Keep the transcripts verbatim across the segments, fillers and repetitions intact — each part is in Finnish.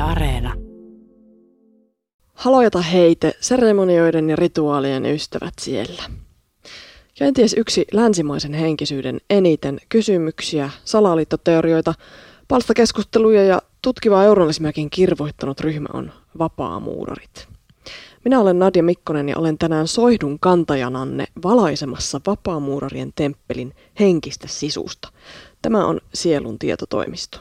Areena. Halojata heite, seremonioiden ja rituaalien ystävät siellä. Kenties yksi länsimaisen henkisyyden eniten kysymyksiä, salaliittoteorioita, palstakeskusteluja ja tutkivaa journalismiakin kirvoittanut ryhmä on vapaamuurarit. Minä olen Nadia Mikkonen ja olen tänään soihdun kantajananne valaisemassa vapaamuurarien temppelin henkistä sisusta. Tämä on Sielun tietotoimisto.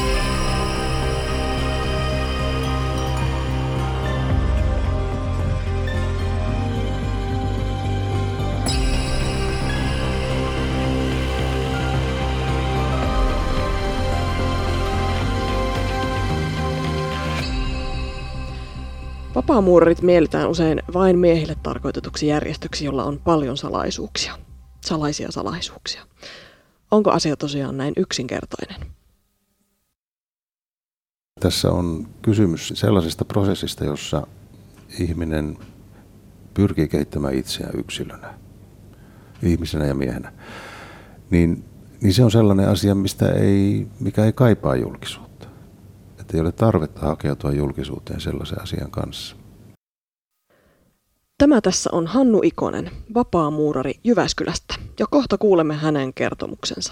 Vapaamuurarit mielletään usein vain miehille tarkoitetuksi järjestöksi, jolla on paljon salaisuuksia. Salaisia salaisuuksia. Onko asia tosiaan näin yksinkertainen? Tässä on kysymys sellaisesta prosessista, jossa ihminen pyrkii kehittämään itseään yksilönä, ihmisenä ja miehenä. Niin, niin se on sellainen asia, mistä ei, mikä ei kaipaa julkisuutta. Että ei ole tarvetta hakeutua julkisuuteen sellaisen asian kanssa. Tämä tässä on Hannu Ikonen, vapaamuurari Jyväskylästä, ja kohta kuulemme hänen kertomuksensa.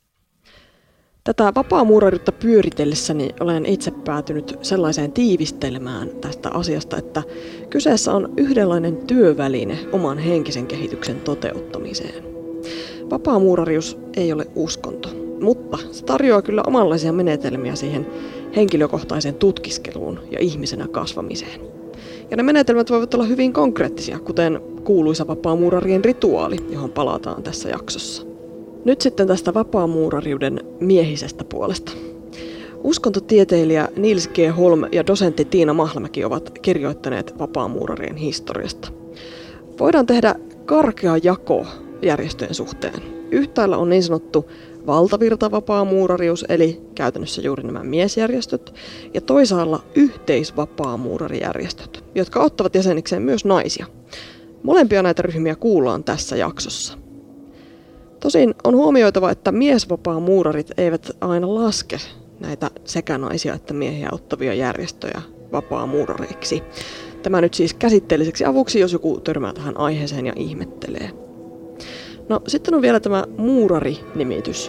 Tätä vapaamuurariutta pyöritellessäni olen itse päätynyt sellaiseen tiivistelmään tästä asiasta, että kyseessä on yhdenlainen työväline oman henkisen kehityksen toteuttamiseen. Vapaamuurarius ei ole uskonto, mutta se tarjoaa kyllä omanlaisia menetelmiä siihen henkilökohtaiseen tutkiskeluun ja ihmisenä kasvamiseen. Ja ne menetelmät voivat olla hyvin konkreettisia, kuten kuuluisa vapaamuurarien rituaali, johon palataan tässä jaksossa. Nyt sitten tästä vapaamuurariuden miehisestä puolesta. Uskontotieteilijä Niels G. Holm ja dosentti Tiina Mahlamäki ovat kirjoittaneet vapaamuurarien historiasta. Voidaan tehdä karkea jako järjestöjen suhteen. Yhtäällä on niin sanottu valtavirtavapaamuurarius, eli käytännössä juuri nämä miesjärjestöt, ja toisaalla yhteisvapaamuurarijärjestöt, jotka ottavat jäsenikseen myös naisia. Molempia näitä ryhmiä kuullaan tässä jaksossa. Tosin on huomioitava, että miesvapaamuurarit eivät aina laske näitä sekä naisia että miehiä ottavia järjestöjä vapaamuurareiksi. Tämä nyt siis käsitteelliseksi avuksi, jos joku törmää tähän aiheeseen ja ihmettelee. No sitten on vielä tämä muurari-nimitys.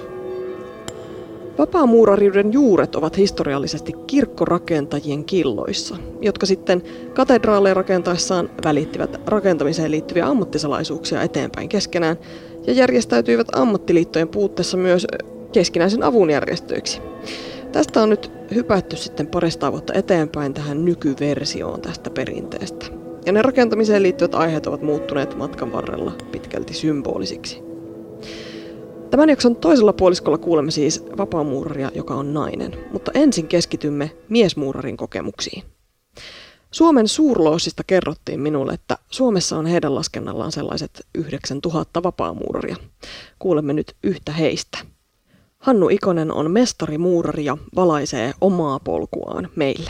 Vapaamuurariuden juuret ovat historiallisesti kirkkorakentajien killoissa, jotka sitten katedraaleja rakentaessaan välittivät rakentamiseen liittyviä ammattisalaisuuksia eteenpäin keskenään ja järjestäytyivät ammattiliittojen puutteessa myös keskinäisen avun järjestöiksi. Tästä on nyt hypätty sitten parista vuotta eteenpäin tähän nykyversioon tästä perinteestä. Ja ne rakentamiseen liittyvät aiheet ovat muuttuneet matkan varrella pitkälti symbolisiksi. Tämän jakson toisella puoliskolla kuulemme siis vapaamuuraria, joka on nainen, mutta ensin keskitymme miesmuurarin kokemuksiin. Suomen suurloosista kerrottiin minulle, että Suomessa on heidän laskennallaan sellaiset yhdeksäntuhatta vapaamuuraria. Kuulemme nyt yhtä heistä. Hannu Ikonen on mestarimuurari ja valaisee omaa polkuaan meille.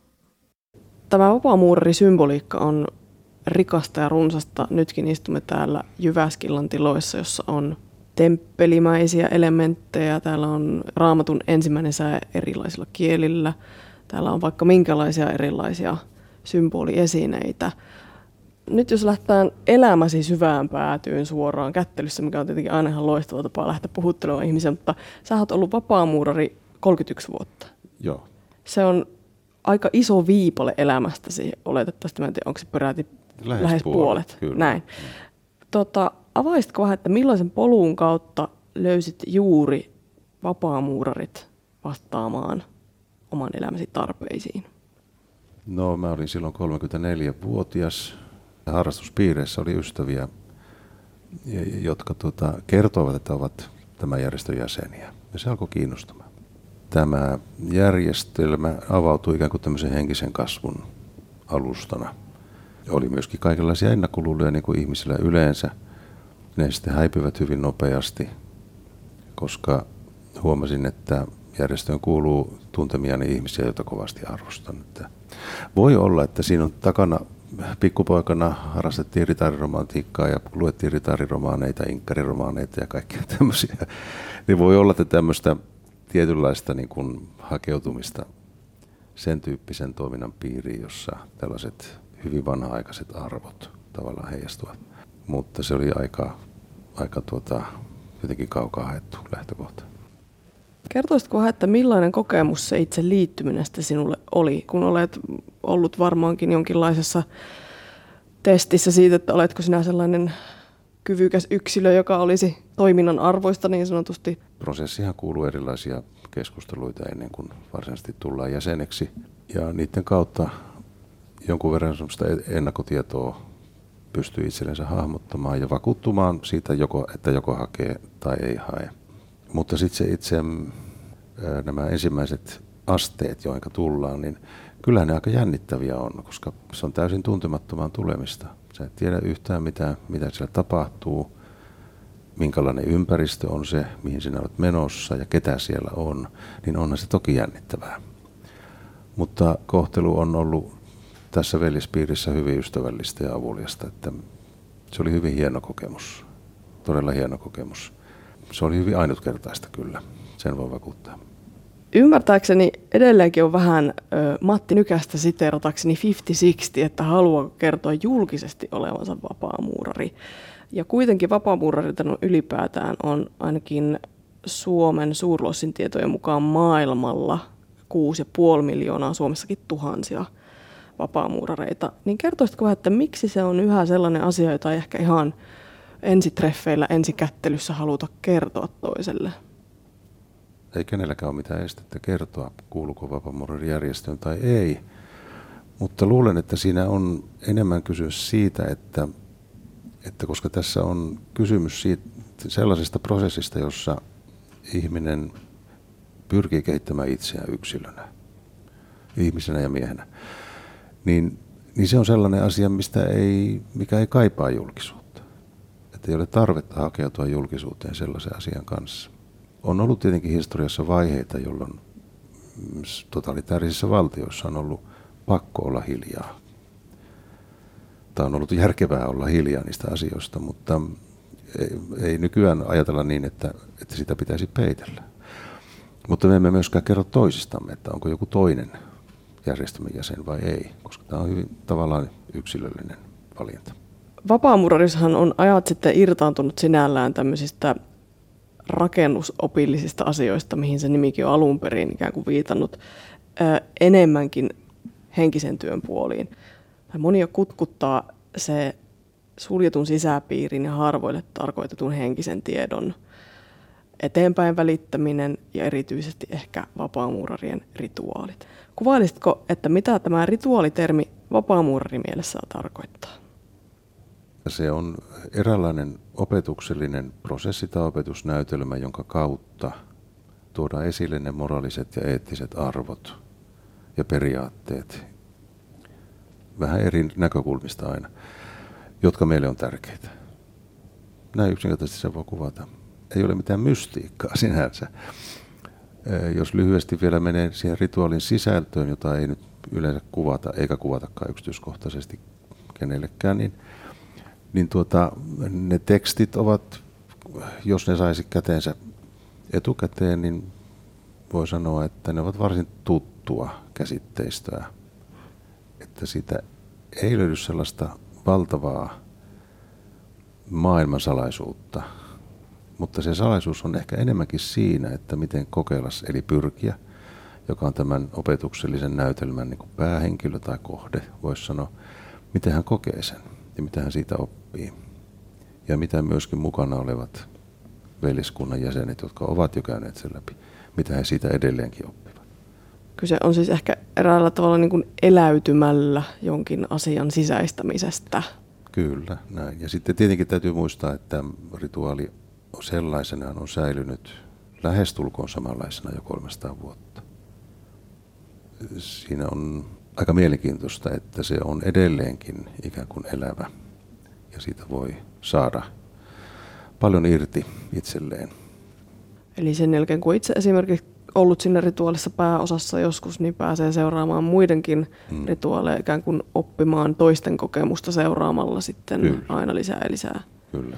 Tämä vapaamuurarisymboliikka on rikasta ja runsasta. Nytkin istumme täällä Jyväskylän tiloissa, jossa on temppelimäisiä elementtejä. Täällä on Raamatun ensimmäinen sää erilaisilla kielillä. Täällä on vaikka minkälaisia erilaisia symboliesineitä. Nyt jos lähdetään elämäsi syvään päätyyn suoraan kättelyssä, mikä on tietenkin aina ihan loistava tapa lähteä puhuttelemaan ihmisiä, mutta sä oot ollut vapaamuurari kolmekymmentäyksi vuotta. Joo. Se on aika iso viipale elämästäsi, oletettavasti. Mä en tiedä, onko se peräti lähes, lähes puolet. puolet. Näin. Tota, avaisitko vähän, että millaisen polun kautta löysit juuri vapaamuurarit vastaamaan oman elämäsi tarpeisiin? No mä olin silloin kolmekymmentäneljävuotias. Harrastuspiireissä oli ystäviä, jotka tuota, kertoivat, että ovat tämän järjestön jäseniä. Ja se alkoi kiinnostamaan. Tämä järjestelmä avautui ikään kuin tämmöisen henkisen kasvun alustana. Oli myöskin kaikenlaisia ennakkoluuloja niin kuin ihmisillä yleensä. Ne sitten häipyvät hyvin nopeasti, koska huomasin, että järjestöön kuuluu tuntemiani ihmisiä, joita kovasti arvostan. Että voi olla, että siinä on takana pikkupoikana harrastettiin ritariromantiikkaa ja luettiin ritariromaaneita, inkkariromaaneita ja kaikkea tämmöisiä. Niin voi olla, että tämmöistä tietynlaista niin kuin hakeutumista sen tyyppisen toiminnan piiriin, jossa tällaiset hyvin vanha-aikaiset arvot tavallaan heijastuvat. Mutta se oli aika, aika tuota, jotenkin kaukaa haettu lähtökohta. Kertoisitko, että millainen kokemus se itse liittyminen sinulle oli, kun olet ollut varmaankin jonkinlaisessa testissä siitä, että oletko sinä sellainen kyvykäs yksilö, joka olisi toiminnan arvoista niin sanotusti? Prosessihan kuuluu erilaisia keskusteluita ennen kuin varsinaisesti tullaan jäseneksi. Ja niiden kautta jonkun verran sellaista ennakkotietoa pystyy itsellensä hahmottamaan ja vakuuttumaan siitä, joko, että joko hakee tai ei hae. Mutta sitten se itse nämä ensimmäiset asteet, joihin tullaan, niin kyllä ne aika jännittäviä on, koska se on täysin tuntemattomaan tulemista. Sä et tiedä yhtään, mitä, mitä siellä tapahtuu, minkälainen ympäristö on se, mihin sinä olet menossa ja ketä siellä on, niin onhan se toki jännittävää. Mutta kohtelu on ollut tässä veljespiirissä hyvin ystävällistä ja avuliasta, että se oli hyvin hieno kokemus, todella hieno kokemus. Se oli hyvin ainutkertaista kyllä, sen voi vakuuttaa. Ymmärtääkseni edelleenkin on vähän ö, Matti Nykästä siteeratakseni viisikymmentä kuusikymmentä, että haluaa kertoa julkisesti olevansa vapaamuurari. Ja kuitenkin vapaamuurarit on ylipäätään on ainakin Suomen suurlossin tietojen mukaan maailmalla kuusi pilkku viisi miljoonaa, Suomessakin tuhansia vapaamuurareita. Niin kertoisitko, että miksi se on yhä sellainen asia, jota ei ehkä ihan ensitreffeillä, ensikättelyssä haluta kertoa toiselle? Ei kenelläkään ole mitään estettä kertoa, kuuluuko vapaamuurarijärjestöön tai ei. Mutta luulen, että siinä on enemmän kysymys siitä, että, että koska tässä on kysymys siitä, sellaisesta prosessista, jossa ihminen pyrkii kehittämään itseään yksilönä, ihmisenä ja miehenä, niin, niin se on sellainen asia, mistä ei, mikä ei kaipaa julkisuutta. Että ei ole tarvetta hakeutua julkisuuteen sellaisen asian kanssa. On ollut tietenkin historiassa vaiheita, jolloin totalitaarisissa valtioissa on ollut pakko olla hiljaa. Tai on ollut järkevää olla hiljaa niistä asioista, mutta ei, ei nykyään ajatella niin, että, että sitä pitäisi peitellä. Mutta me emme myöskään kerro toisistamme, että onko joku toinen järjestelmän jäsen vai ei, koska tämä on hyvin tavallaan yksilöllinen valinta. Vapaamuurarissahan on ajat sitten irtaantunut sinällään tämmöisistä rakennusopillisista asioista, mihin se nimikin on alun perin ikään kuin viitannut, ää, enemmänkin henkisen työn puoliin. Monia kutkuttaa se suljetun sisäpiirin ja harvoille tarkoitetun henkisen tiedon eteenpäin välittäminen ja erityisesti ehkä vapaamuurarien rituaalit. Kuvailisitko, että mitä tämä rituaalitermi vapaamuurarimielessä tarkoittaa? Se on eräänlainen opetuksellinen prosessi tai opetusnäytelmä, jonka kautta tuodaan esille ne moraaliset ja eettiset arvot ja periaatteet, vähän eri näkökulmista aina, jotka meille on tärkeitä. Näin yksinkertaisesti se voi kuvata. Ei ole mitään mystiikkaa sinänsä. Jos lyhyesti vielä menee siihen rituaalin sisältöön, jota ei nyt yleensä kuvata, eikä kuvatakaan yksityiskohtaisesti kenellekään, niin niin tuota, ne tekstit ovat, jos ne saisi käteensä etukäteen, niin voi sanoa, että ne ovat varsin tuttua käsitteistöä. Että siitä ei löydy sellaista valtavaa maailmansalaisuutta, mutta se salaisuus on ehkä enemmänkin siinä, että miten kokeilla, eli pyrkiä, joka on tämän opetuksellisen näytelmän niin kuin päähenkilö tai kohde, voisi sanoa, miten hän kokee sen. Ja mitä hän siitä oppii. Ja mitä myöskin mukana olevat veljeskunnan jäsenet, jotka ovat jo käyneet sen läpi, mitä he siitä edelleenkin oppivat. Kyse on siis ehkä eräällä tavalla niin kuin eläytymällä jonkin asian sisäistämisestä. Kyllä, näin. Ja sitten tietenkin täytyy muistaa, että rituaali sellaisenaan on säilynyt lähestulkoon samanlaisena jo kolmesataa vuotta. Siinä on aika mielenkiintoista, että se on edelleenkin ikään kuin elävä ja siitä voi saada paljon irti itselleen. Eli sen jälkeen, kun itse esimerkiksi ollut siinä rituaalissa pääosassa joskus, niin pääsee seuraamaan muidenkin hmm. rituaaleja, ikään kuin oppimaan toisten kokemusta seuraamalla sitten Kyllä. aina lisää ja lisää. Kyllä.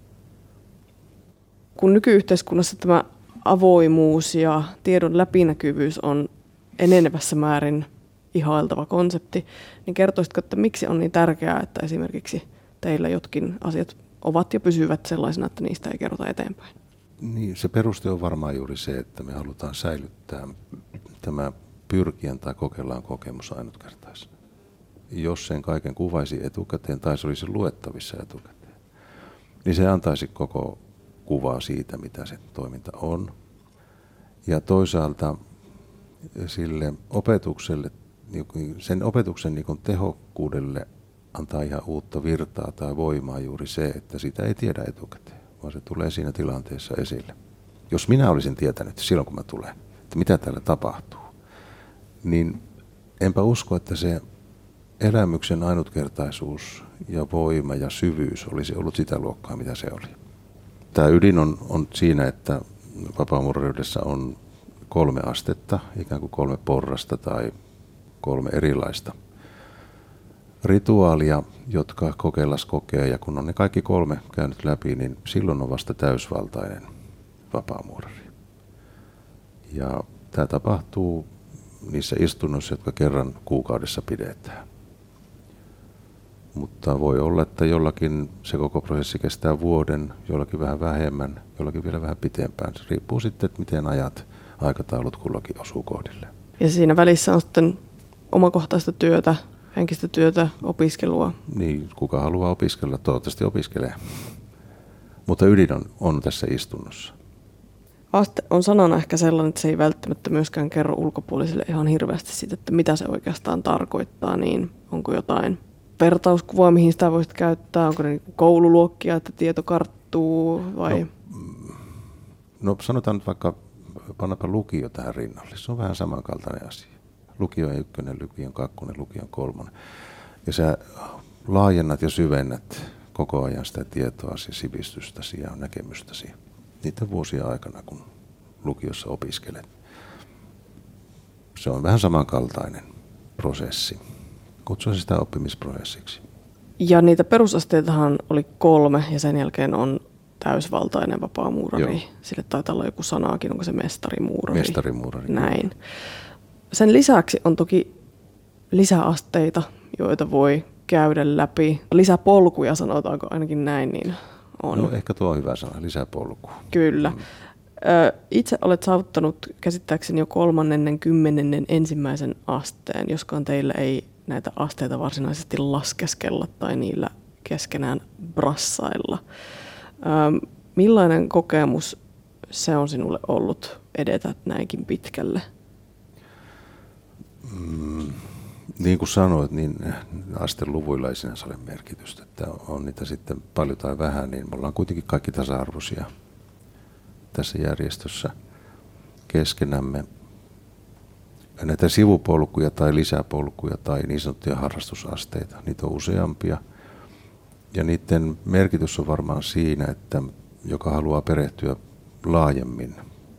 Kun nykyyhteiskunnassa tämä avoimuus ja tiedon läpinäkyvyys on enenevässä määrin ihailtava konsepti, niin kertoisitko, että miksi on niin tärkeää, että esimerkiksi teillä jotkin asiat ovat ja pysyvät sellaisena, että niistä ei kerrota eteenpäin? Niin, se peruste on varmaan juuri se, että me halutaan säilyttää tämä pyrkien tai kokeillaan kokemus ainutkertaisena. Jos sen kaiken kuvaisi etukäteen tai se olisi luettavissa etukäteen, niin se antaisi koko kuvaa siitä, mitä se toiminta on. Ja toisaalta sille opetukselle, sen opetuksen niin kuin tehokkuudelle antaa ihan uutta virtaa tai voimaa juuri se, että sitä ei tiedä etukäteen, vaan se tulee siinä tilanteessa esille. Jos minä olisin tietänyt silloin, kun mä tulen, että mitä täällä tapahtuu, niin enpä usko, että se elämyksen ainutkertaisuus ja voima ja syvyys olisi ollut sitä luokkaa, mitä se oli. Tämä ydin on, on siinä, että vapaamuurareydessä on kolme astetta, ikään kuin kolme porrasta tai kolme erilaista rituaalia, jotka kokeillas kokee. Ja kun on ne kaikki kolme käynyt läpi, niin silloin on vasta täysvaltainen vapaamuurari. Ja tämä tapahtuu niissä istunnoissa, jotka kerran kuukaudessa pidetään. Mutta voi olla, että jollakin se koko prosessi kestää vuoden, jollakin vähän vähemmän, jollakin vielä vähän pitempään. Se riippuu sitten, että miten ajat, aikataulut kullakin osuu kohdille. Ja siinä välissä on sitten omakohtaista työtä, henkistä työtä, opiskelua. Niin, kuka haluaa opiskella, toivottavasti opiskelee. Mutta ydin on, on tässä istunnossa. Aste on sanana ehkä sellainen, että se ei välttämättä myöskään kerro ulkopuolisille ihan hirveästi siitä, että mitä se oikeastaan tarkoittaa. Niin onko jotain vertauskuvaa, mihin sitä voisit käyttää? Onko ne niin koululuokkia, että tieto karttuu vai? No, no sanotaan nyt vaikka, pannapa lukio tähän rinnalle. Se on vähän samankaltainen asia. Lukio on ykkönen, lukio on kakkonen, lukio on kolmonen. Ja sä laajennat ja syvennät koko ajan sitä tietoasi, sivistystäsi ja näkemystäsi niiden vuosien aikana, kun lukiossa opiskelet. Se on vähän samankaltainen prosessi. Kutsuisin sitä oppimisprosessiksi. Ja niitä perusasteitahan oli kolme ja sen jälkeen on täysvaltainen vapaamuurari. Joo. Sille taitaa olla joku sanaakin, onko se mestarimuurari? Mestarimuurari. Näin. Sen lisäksi on toki lisäasteita, joita voi käydä läpi. Lisäpolkuja sanotaanko ainakin näin, niin on. No ehkä tuo on hyvä sana, lisäpolku. Kyllä. Mm. Itse olet saavuttanut käsittääkseni jo kolmannennen, kymmenennen ensimmäisen asteen, joskaan teillä ei näitä asteita varsinaisesti laskeskella tai niillä keskenään brassailla. Millainen kokemus se on sinulle ollut edetä näinkin pitkälle? Mm, niin kuin sanoit, niin asteluvuilla ei sinänsä ole merkitystä, että on niitä sitten paljon tai vähän, niin me ollaan kuitenkin kaikki tasa-arvoisia tässä järjestössä keskenämme. Näitä sivupolkuja tai lisäpolkuja tai niin sanottuja harrastusasteita, niitä on useampia. Ja niiden merkitys on varmaan siinä, että joka haluaa perehtyä laajemmin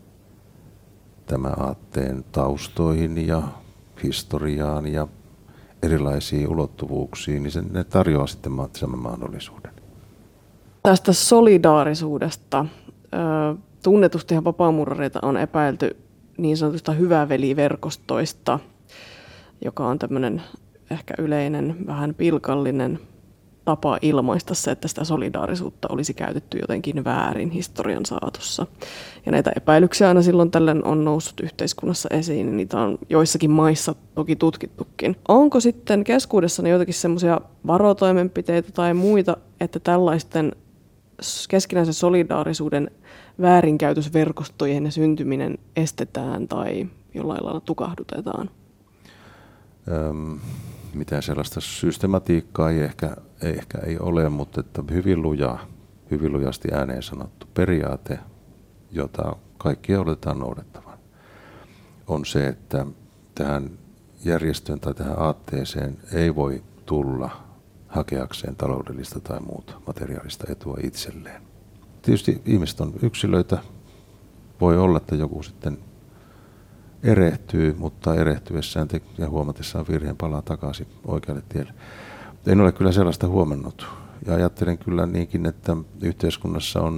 tämän aatteen taustoihin ja historiaan ja erilaisiin ulottuvuuksiin, niin se, ne tarjoaa sitten saman mahdollisuuden. Tästä solidaarisuudesta. Tunnetustihan vapaamuurareita on epäilty niin sanotusta hyväveliverkostoista, joka on tämmöinen ehkä yleinen, vähän pilkallinen tapa ilmaista se, että sitä solidaarisuutta olisi käytetty jotenkin väärin historian saatossa. Ja näitä epäilyksiä aina silloin tällöin on noussut yhteiskunnassa esiin, ja niitä on joissakin maissa toki tutkittukin. Onko sitten keskuudessani jotakin semmoisia varotoimenpiteitä tai muita, että tällaisten keskinäisen solidaarisuuden väärinkäytösverkostojen ja syntyminen estetään tai jollain lailla tukahdutetaan? Öm, mitään sellaista systematiikkaa ei ehkä, ei ehkä ei ole, mutta että hyvin, luja, hyvin lujasti ääneen sanottu periaate, jota kaikki odotetaan noudattavan, on se, että tähän järjestöön tai tähän aatteeseen ei voi tulla hakeakseen taloudellista tai muuta materiaalista etua itselleen. Tietysti ihmiset on yksilöitä. Voi olla, että joku sitten erehtyy, mutta erehtyessään te- ja huomatessaan virheen palaa takaisin oikealle tielle. En ole kyllä sellaista huomannut. Ja ajattelen kyllä niinkin, että yhteiskunnassa on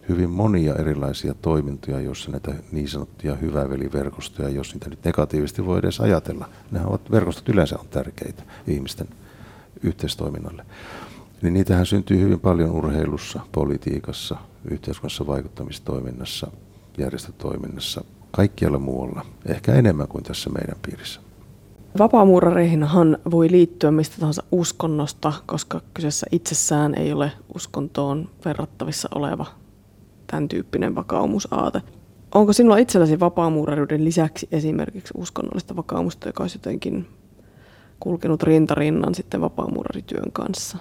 hyvin monia erilaisia toimintoja, joissa näitä niin sanottuja hyväveliverkostoja, jos niitä nyt negatiivisesti voi edes ajatella. Nämä ovat, verkostot yleensä on tärkeitä ihmisten yhteistoiminnalle. Niin niitähän syntyy hyvin paljon urheilussa, politiikassa, yhteiskunnassa vaikuttamistoiminnassa, järjestötoiminnassa, kaikkialla muualla, ehkä enemmän kuin tässä meidän piirissä. Vapaamuurareihinhan voi liittyä mistä tahansa uskonnosta, koska kyseessä itsessään ei ole uskontoon verrattavissa oleva tämän tyyppinen vakaumusaate. Onko sinulla itselläsi vapaamuurariuden lisäksi esimerkiksi uskonnollista vakaumusta, joka olisi jotenkin kulkenut rintarinnan sitten vapaamuurarityön kanssa?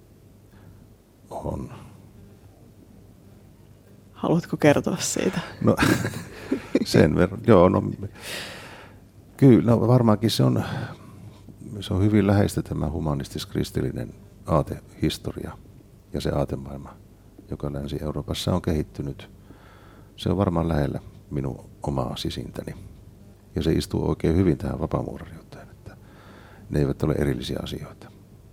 On. Haluatko kertoa siitä? No sen verran, joo. No, kyllä, no, varmaankin se on, se on hyvin läheistä tämä humanistis-kristillinen aatehistoria ja se aatemaailma, joka Länsi-Euroopassa on kehittynyt. Se on varmaan lähellä minun omaa sisintäni. Ja se istuu oikein hyvin tähän vapaamuurariuteen, että ne eivät ole erillisiä asioita.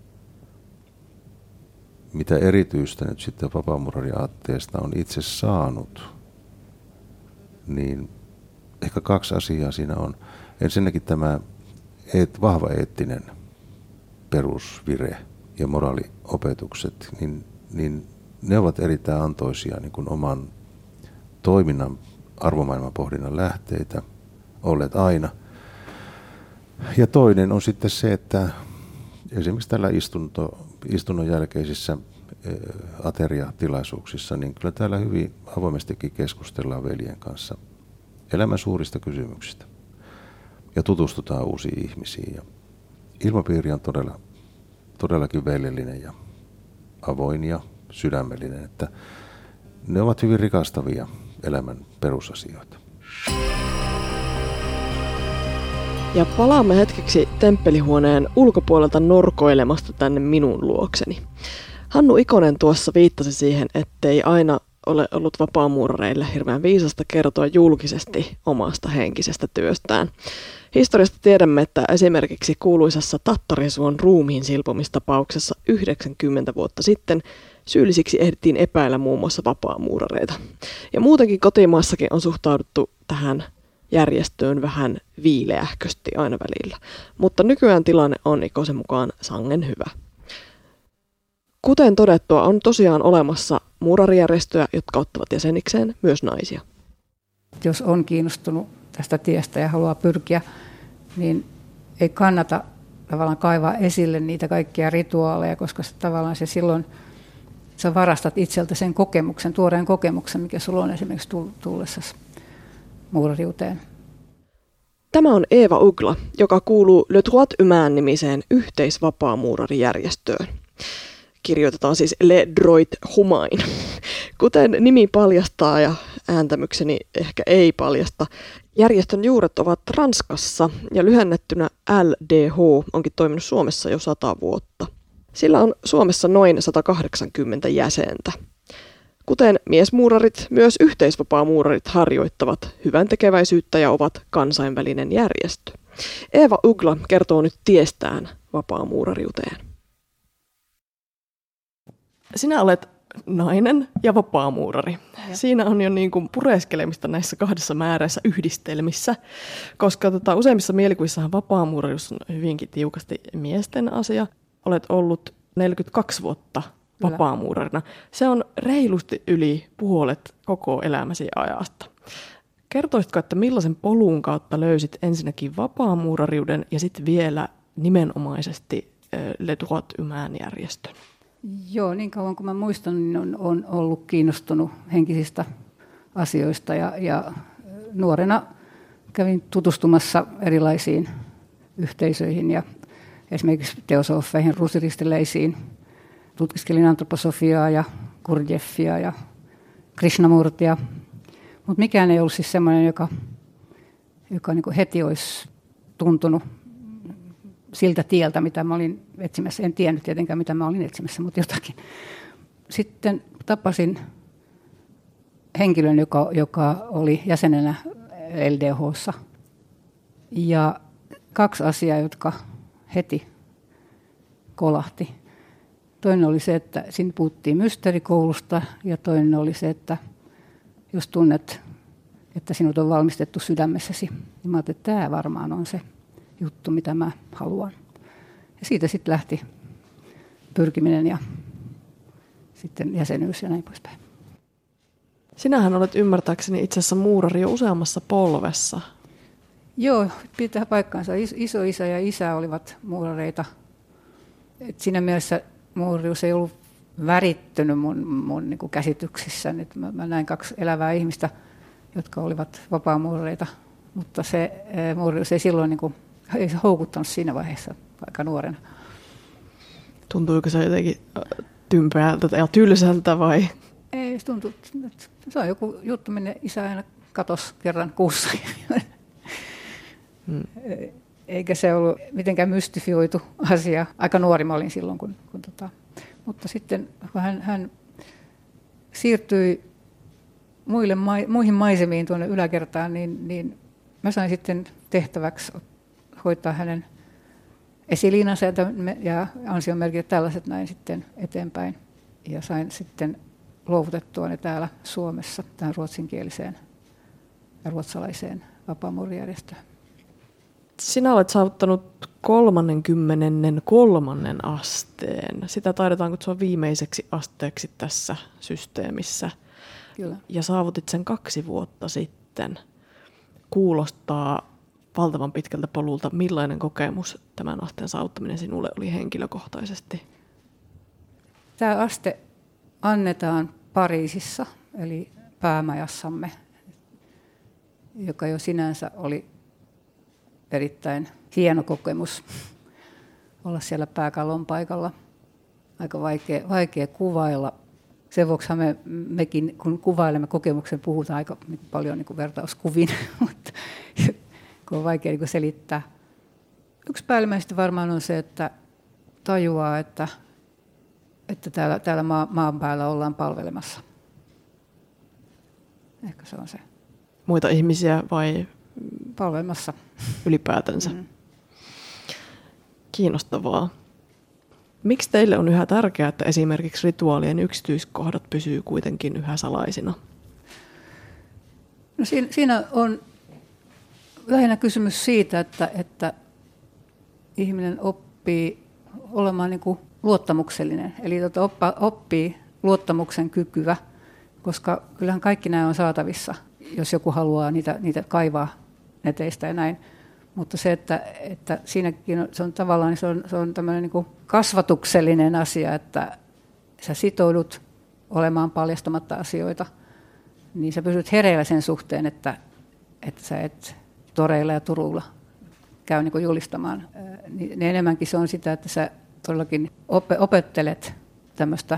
Mitä erityistä nyt sitten vapaamuurariaatteesta on itse saanut, niin ehkä kaksi asiaa siinä on. Ensinnäkin tämä eet, vahva eettinen perusvire ja moraaliopetukset, niin, niin ne ovat erittäin antoisia niin kuin oman toiminnan arvomaailman pohdinnan lähteitä, olleet aina. Ja toinen on sitten se, että esimerkiksi tällä istunto, istunnon jälkeisissä ateriatilaisuuksissa, niin kyllä täällä hyvin avoimestikin keskustellaan veljen kanssa elämän suurista kysymyksistä ja tutustutaan uusiin ihmisiin. Ja ilmapiiri on todella, todellakin veljellinen ja avoin ja sydämellinen, että ne ovat hyvin rikastavia elämän perusasioita. Ja palaamme hetkeksi temppelihuoneen ulkopuolelta norkoilemasta tänne minun luokseni. Hannu Ikonen tuossa viittasi siihen, ettei aina ole ollut vapaamuurareille hirveän viisasta kertoa julkisesti omasta henkisestä työstään. Historiasta tiedämme, että esimerkiksi kuuluisassa Tattarisuon ruumiin silpomistapauksessa yhdeksänkymmentä vuotta sitten syyllisiksi ehdittiin epäillä muun muassa vapaamuurareita. Ja muutenkin kotimaassakin on suhtauduttu tähän järjestöön vähän viileähkösti aina välillä. Mutta nykyään tilanne on Ikosen mukaan sangen hyvä. Kuten todettua, on tosiaan olemassa muurarijärjestöjä, jotka ottavat jäsenikseen myös naisia. Jos on kiinnostunut tästä tiestä ja haluaa pyrkiä, niin ei kannata tavallaan kaivaa esille niitä kaikkia rituaaleja, koska se, tavallaan se silloin sä varastat itseltä sen kokemuksen, tuoreen kokemuksen, mikä sulla on esimerkiksi tullessa muurariuteen. Tämä on Eeva Ugla, joka kuuluu Le Droit Humain-nimiseen yhteisvapaamuurarijärjestöön. Kirjoitetaan siis Le Droit Humain. Kuten nimi paljastaa ja ääntämykseni ehkä ei paljasta, järjestön juuret ovat Ranskassa ja lyhennettynä L D H onkin toiminut Suomessa jo sata vuotta. Sillä on Suomessa noin sata kahdeksankymmentä jäsentä. Kuten miesmuurarit, myös yhteisvapaamuurarit harjoittavat hyvän tekeväisyyttä ja ovat kansainvälinen järjestö. Eeva Ugla kertoo nyt tiestään vapaamuurariuteen. Sinä olet nainen ja vapaamuurari. Ja. Siinä on jo niin kuin pureskelemista näissä kahdessa määrässä yhdistelmissä, koska tota, useimmissa mielikuvissahan vapaamuurarius on hyvinkin tiukasti miesten asia. Olet ollut neljäkymmentäkaksi vuotta vapaamuurarina. Se on reilusti yli puolet koko elämäsi ajasta. Kertoisitko, että millaisen polun kautta löysit ensinnäkin vapaamuurariuden ja sitten vielä nimenomaisesti Le Droit Humain-järjestön? Joo, niin kauan kuin mä muistan, niin on, on ollut kiinnostunut henkisistä asioista ja, ja nuorena kävin tutustumassa erilaisiin yhteisöihin ja esimerkiksi teosofeihin, ruusiristileisiin. Tutkiskelin antroposofiaa ja Gurdjieffia ja Krishnamurtia, mutta mikään ei ollut siis sellainen, joka, joka niin kuin heti olisi tuntunut siltä tieltä, mitä mä olin etsimässä. En tiennyt tietenkään, mitä mä olin etsimässä, mutta jotakin. Sitten tapasin henkilön, joka, joka oli jäsenenä L D H:ssa. Ja kaksi asiaa, jotka heti kolahti. Toinen oli se, että siinä puhuttiin mysteerikoulusta, ja toinen oli se, että jos tunnet, että sinut on valmistettu sydämessäsi. Ja mä ajattelin, että tämä varmaan on se juttu, mitä mä haluan. Ja siitä sitten lähti pyrkiminen ja sitten jäsenyys ja näin poispäin. Sinähän olet ymmärtääkseni itse asiassa muurari jo useammassa polvessa. Joo, pitää paikkaansa. Iso isä ja isä olivat muurareita. Et siinä mielessä muurarius ei ollut värittynyt mun, mun niin kuin käsityksissä. Nyt mä, mä näin kaksi elävää ihmistä, jotka olivat vapaamuurareita, mutta se e, muurarius ei silloin niin kuin, ei se houkuttanut siinä vaiheessa aika nuorena. Tuntuiko se jotenkin tympäältä ja tylsältä vai? Ei, se tuntui, että se on joku juttu, minne isä aina katosi kerran kuussa. Hmm. Eikä se ollut mitenkään mystifioitu asia. Aika nuori mä olin silloin, kun, kun tota, mutta sitten kun hän, hän siirtyi muille, muihin maisemiin tuonne yläkertaan, niin, niin mä sain sitten tehtäväksi hoitaa hänen esiliinansa ja ansionmerkit tällaiset näin sitten eteenpäin. Ja sain sitten luovutettua ne täällä Suomessa tähän ruotsinkieliseen ja ruotsalaiseen vapaamuurijärjestöön. Sinä olet saavuttanut kolmannenkymmenennen kolmannen asteen. Sitä taidetaan kutsua viimeiseksi asteeksi tässä systeemissä. Kyllä. Ja saavutit sen kaksi vuotta sitten. Kuulostaa valtavan pitkältä polulta. Millainen kokemus tämän asteen saavuttaminen sinulle oli henkilökohtaisesti? Tämä aste annetaan Pariisissa, eli päämajassamme, joka jo sinänsä oli erittäin hieno kokemus olla siellä pääkallon paikalla. Aika vaikea, vaikea kuvailla. Sen vuoksi me, mekin, kun kuvailemme kokemuksen, puhutaan aika paljon niin kuin vertauskuvin, mutta kun on vaikea niin kuin selittää. Yksi päällimmäistä varmaan on se, että tajuaa, että, että täällä, täällä maa, maan päällä ollaan palvelemassa. Ehkä se on se. Muita ihmisiä vai? Palvelemassa. Ylipäätänsä. Mm. Kiinnostavaa. Miksi teille on yhä tärkeää, että esimerkiksi rituaalien yksityiskohdat pysyy kuitenkin yhä salaisina? No siinä, siinä on lähinnä kysymys siitä, että, että ihminen oppii olemaan niin kuin luottamuksellinen. Eli tuota oppa, oppii luottamuksen kykyä, koska kyllähän kaikki nämä on saatavissa, jos joku haluaa niitä, niitä kaivaa neteistä ja näin. Mutta se, että, että siinäkin on, se on tavallaan se on, se on tämmöinen niin kuin kasvatuksellinen asia, että sä sitoudut olemaan paljastamatta asioita, niin sä pysyt hereillä sen suhteen, että, että sä et toreilla ja turuilla käy niin kuin julistamaan. Niin enemmänkin se on sitä, että sä todellakin opettelet tämmöistä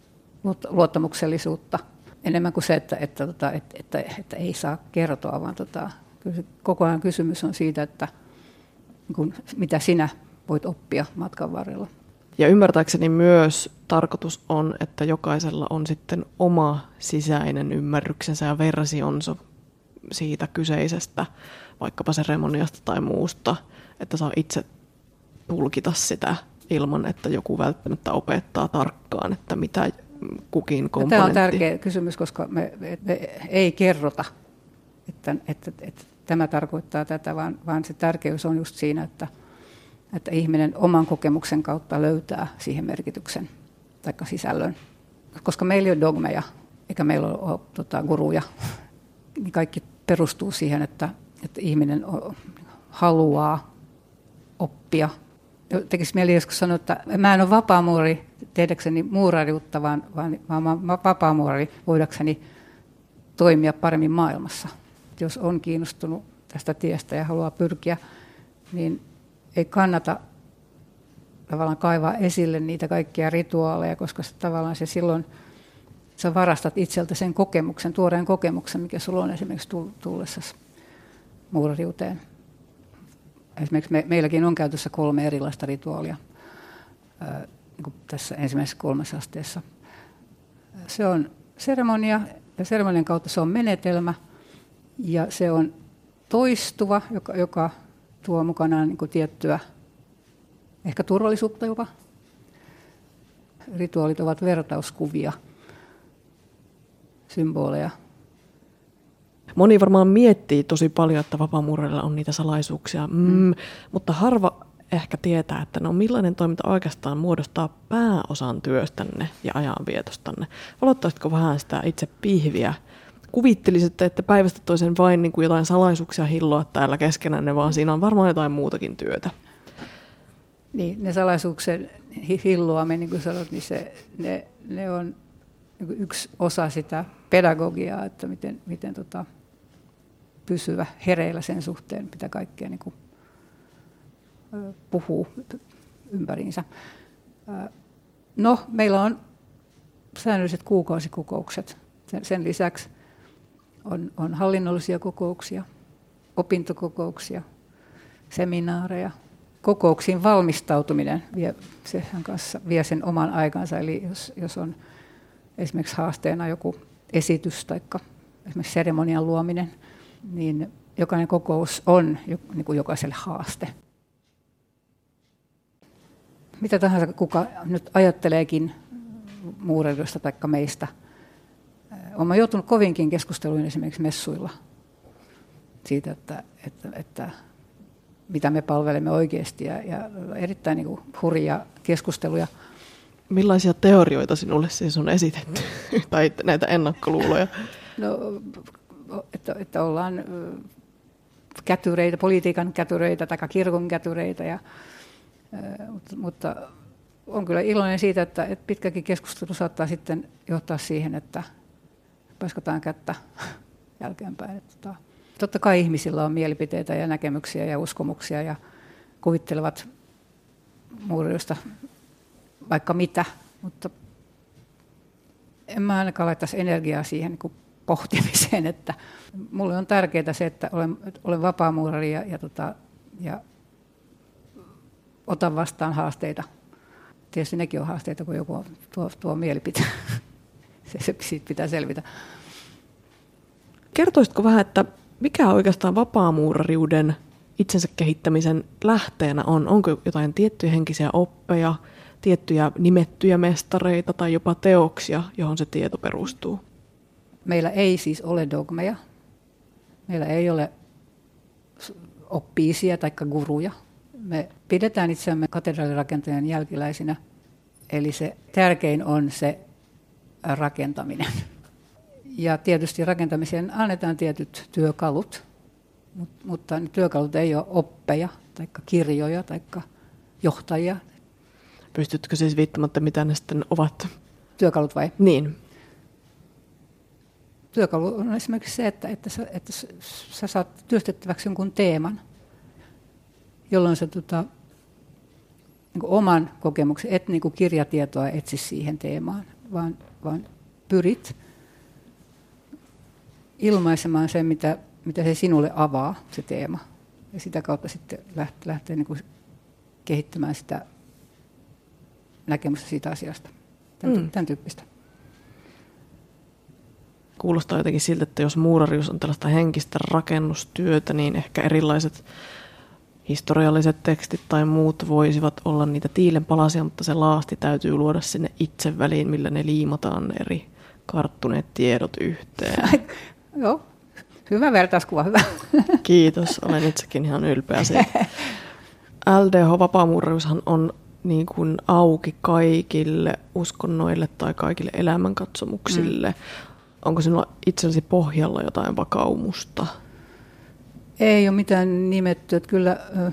luottamuksellisuutta enemmän kuin se, että, että, että, että, että, että ei saa kertoa, vaan tota, kyllä se koko ajan kysymys on siitä, että niin kuin, mitä sinä voit oppia matkan varrella. Ja ymmärtääkseni myös tarkoitus on, että jokaisella on sitten oma sisäinen ymmärryksensä ja versionsa siitä kyseisestä, vaikkapa seremoniasta tai muusta, että saa itse tulkita sitä ilman, että joku välttämättä opettaa tarkkaan, että mitä kukin komponentti. Tämä on tärkeä kysymys, koska me, me ei kerrota, että, että, että tämä tarkoittaa tätä, vaan, vaan se tärkeys on just siinä, että, että ihminen oman kokemuksen kautta löytää siihen merkityksen tai sisällön. Koska meillä ei ole dogmeja, eikä meillä ole, ole tota, guruja, niin kaikki perustuu siihen, että, että ihminen haluaa oppia. Tekisi mieli joskus sanoa, että mä en ole vapaamuurari tehdäkseni muurariutta, vaan, vaan, vaan vapaamuurari voidakseni toimia paremmin maailmassa. Jos on kiinnostunut tästä tiestä ja haluaa pyrkiä, niin ei kannata tavallaan kaivaa esille niitä kaikkia rituaaleja, koska se, tavallaan se silloin sä varastat itseltä sen kokemuksen, tuoreen kokemuksen, mikä sulla on esimerkiksi tullessa muurariuteen. Esimerkiksi me, meilläkin on käytössä kolme erilaista rituaalia ää, niin kuin tässä ensimmäisessä kolmessa asteessa. Se on seremonia, ja seremonian kautta se on menetelmä, ja se on toistuva, joka, joka tuo mukanaan niin kuin tiettyä ehkä turvallisuutta jopa. Rituaalit ovat vertauskuvia, symboleja, Moni varmaan miettii tosi paljon, että vapaamuurareilla on niitä salaisuuksia, mm, mm. mutta harva ehkä tietää, että no millainen toiminta oikeastaan muodostaa pääosan työstänne ja ajanvietostanne. Aloittaisitko vähän sitä itse pihviä? Kuvittelisit, että päivästä toisen vain niin kuin jotain salaisuuksia hilloa täällä keskenänne, vaan siinä on varmaan jotain muutakin työtä. Niin, ne salaisuuksien hilloaminen, niin kuin sanot, niin se, ne, ne on niin yksi osa sitä pedagogiaa, että miten, miten tota, pysyvä hereillä sen suhteen, mitä kaikkea niin kuin, puhuu ympäriinsä. No, meillä on säännölliset kuukausikokoukset. Sen, sen lisäksi on, on hallinnollisia kokouksia, opintokokouksia, seminaareja. Kokouksiin valmistautuminen vie, sehän kanssa vie sen oman aikansa. Eli jos, jos on esimerkiksi haasteena joku esitys tai esimerkiksi seremonian luominen, niin jokainen kokous on niin kuin jokaiselle haaste. Mitä tahansa kuka nyt ajatteleekin muurareista tai meistä. Olen joutunut kovinkin keskusteluun esimerkiksi messuilla siitä, että, että, että mitä me palvelemme oikeasti ja, ja erittäin niin kuin hurjia keskusteluja. Millaisia teorioita sinulle siis on esitetty tai näitä ennakkoluuloja? No, että, että ollaan kätyreitä, politiikan kätyreitä tai kirkon kätyreitä, ja, mutta, mutta on kyllä iloinen siitä, että, että pitkäkin keskustelu saattaa sitten johtaa siihen, että paiskataan kättä jälkeenpäin. Että, totta kai ihmisillä on mielipiteitä ja näkemyksiä ja uskomuksia ja kuvittelevat muurareista vaikka mitä, mutta en mä ainakaan laittaisi energiaa siihen niin kuin pohtimiseen, että mulle on tärkeää se, että olen, olen vapaamuurari ja, ja, tota, ja otan vastaan haasteita. Tietysti nekin on haasteita, kun joku tuo, tuo mielipite. se, se siitä pitää selvitä. Kertoisitko vähän, että mikä oikeastaan vapaamuurariuden itsensä kehittämisen lähteenä on? Onko jotain tiettyjä henkisiä oppeja, tiettyjä nimettyjä mestareita tai jopa teoksia, johon se tieto perustuu? Meillä ei siis ole dogmeja. Meillä ei ole oppiisia tai guruja. Me pidetään itseämme katedraalirakentajan jälkiläisinä. Eli se tärkein on se rakentaminen. Ja tietysti rakentamiseen annetaan tietyt työkalut, mutta ne työkalut ei ole oppeja tai kirjoja tai johtajia. Pystytkö siis viittämättä, mitä ne sitten ovat? Työkalut vai? Niin. Työkalu on esimerkiksi se, että, että, sä, että sä saat työstettäväksi jonkun teeman, jolloin sä tota, niin kuin oman kokemuksen, et niin kuin kirjatietoa etsi siihen teemaan, vaan, vaan pyrit ilmaisemaan sen, mitä, mitä se sinulle avaa, se teema. Ja sitä kautta sitten lähtee, lähtee niin kuin kehittämään sitä näkemystä siitä asiasta. Tämän, mm. tämän tyyppistä. Kuulostaa jotenkin siltä, että jos muurarius on tällaista henkistä rakennustyötä, niin ehkä erilaiset historialliset tekstit tai muut voisivat olla niitä tiilenpalasia, mutta se laasti täytyy luoda sinne itse väliin, millä ne liimataan ne eri karttuneet tiedot yhteen. Joo, hyvä vertauskuva, hyvä. Kiitos, olen itsekin ihan ylpeä siitä. L D H-vapaamuurariushan on niin kuin auki kaikille uskonnoille tai kaikille elämänkatsomuksille. Mm. Onko sinulla itsellesi pohjalla jotain vakaumusta? Ei ole mitään nimetty. Että kyllä äh,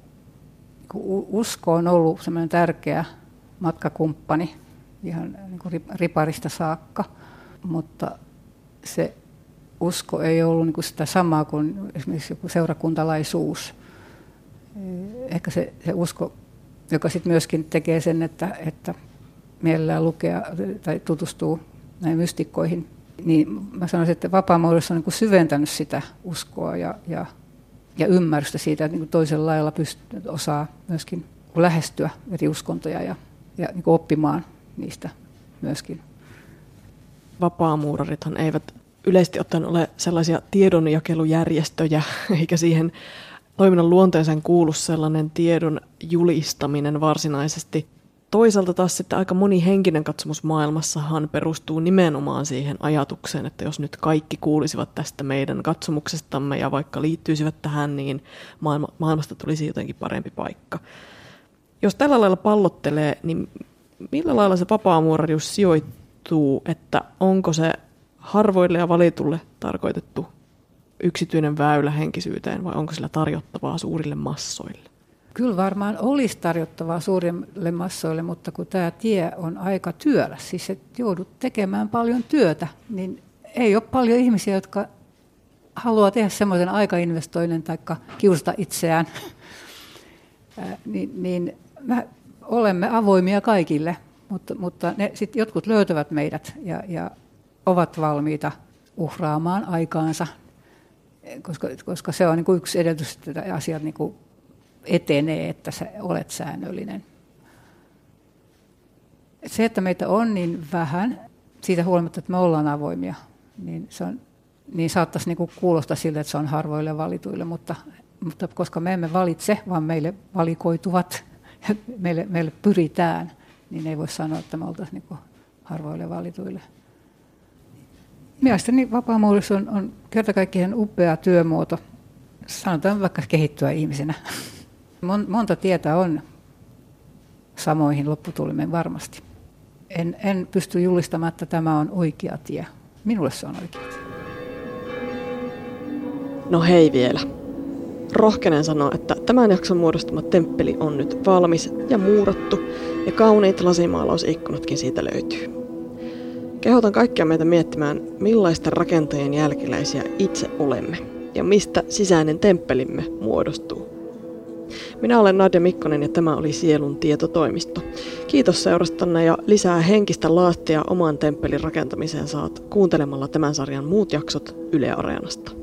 usko on ollut sellainen tärkeä matkakumppani ihan niin kuin riparista saakka, mutta se usko ei ollut niin kuin sitä samaa kuin esimerkiksi joku seurakuntalaisuus. Ehkä se, se usko, joka sitten myöskin tekee sen, että, että mielellään lukea tai tutustuu näihin mystikkoihin, niin mä sanoisin, että vapaamuurareus on niin kuin syventänyt sitä uskoa ja, ja, ja ymmärrystä siitä, että niin kuin toisella lailla pystyy, osaa myöskin lähestyä eri uskontoja ja, ja niin kuin oppimaan niistä myöskin. Vapaamuurarithan eivät yleisesti ottaen ole sellaisia tiedonjakelujärjestöjä, eikä siihen toiminnan luonteeseen kuulu sellainen tiedon julistaminen varsinaisesti. toisaalta taas sitten aika moni henkinen katsomus maailmassahan perustuu nimenomaan siihen ajatukseen, että jos nyt kaikki kuulisivat tästä meidän katsomuksestamme ja vaikka liittyisivät tähän, niin maailma, maailmasta tulisi jotenkin parempi paikka. Jos tällä lailla pallottelee, niin millä lailla se vapaamuurarius sijoittuu, että onko se harvoille ja valitulle tarkoitettu yksityinen väylä henkisyyteen vai onko sillä tarjottavaa suurille massoille? Kyllä varmaan olisi tarjottavaa suurille massoille, mutta kun tämä tie on aika työläs, siis että joudut tekemään paljon työtä, niin ei ole paljon ihmisiä, jotka haluaa tehdä semmoisen aikainvestoinnin tai kiusata itseään, niin, niin me olemme avoimia kaikille, mutta, mutta ne sit jotkut löytävät meidät ja, ja ovat valmiita uhraamaan aikaansa, koska, koska se on niin kuin yksi edellytys, että asiat niin kuin etenee, että sä olet säännöllinen. Se, että meitä on niin vähän, siitä huolimatta, että me ollaan avoimia, niin, se on, niin saattaisi niin kuin kuulostaa siltä, että se on harvoille valituille, mutta, mutta koska me emme valitse, vaan meille valikoituvat ja meille, meille pyritään, niin ei voi sanoa, että me oltaisiin niin kuin harvoille valituille. Mielestäni vapaamuurarius on, on kerta kaikkiaan upea työmuoto, sanotaan vaikka kehittyä ihmisenä. Monta tietä on samoihin lopputulemiin varmasti. En, en pysty julistamaan, että tämä on oikea tie. Minulle se on oikea tie. No hei vielä. Rohkenen sanoa, että tämän jakson muodostama temppeli on nyt valmis ja muurattu ja kauniit lasimaalausikkunatkin siitä löytyy. Kehotan kaikkia meitä miettimään, millaisten rakentajien jälkeläisiä itse olemme ja mistä sisäinen temppelimme muodostuu. Minä olen Nadia Mikkonen ja tämä oli Sielun tietotoimisto. Kiitos seurastanne ja lisää henkistä laastia oman temppelin rakentamiseen saat kuuntelemalla tämän sarjan muut jaksot Yle Areenasta.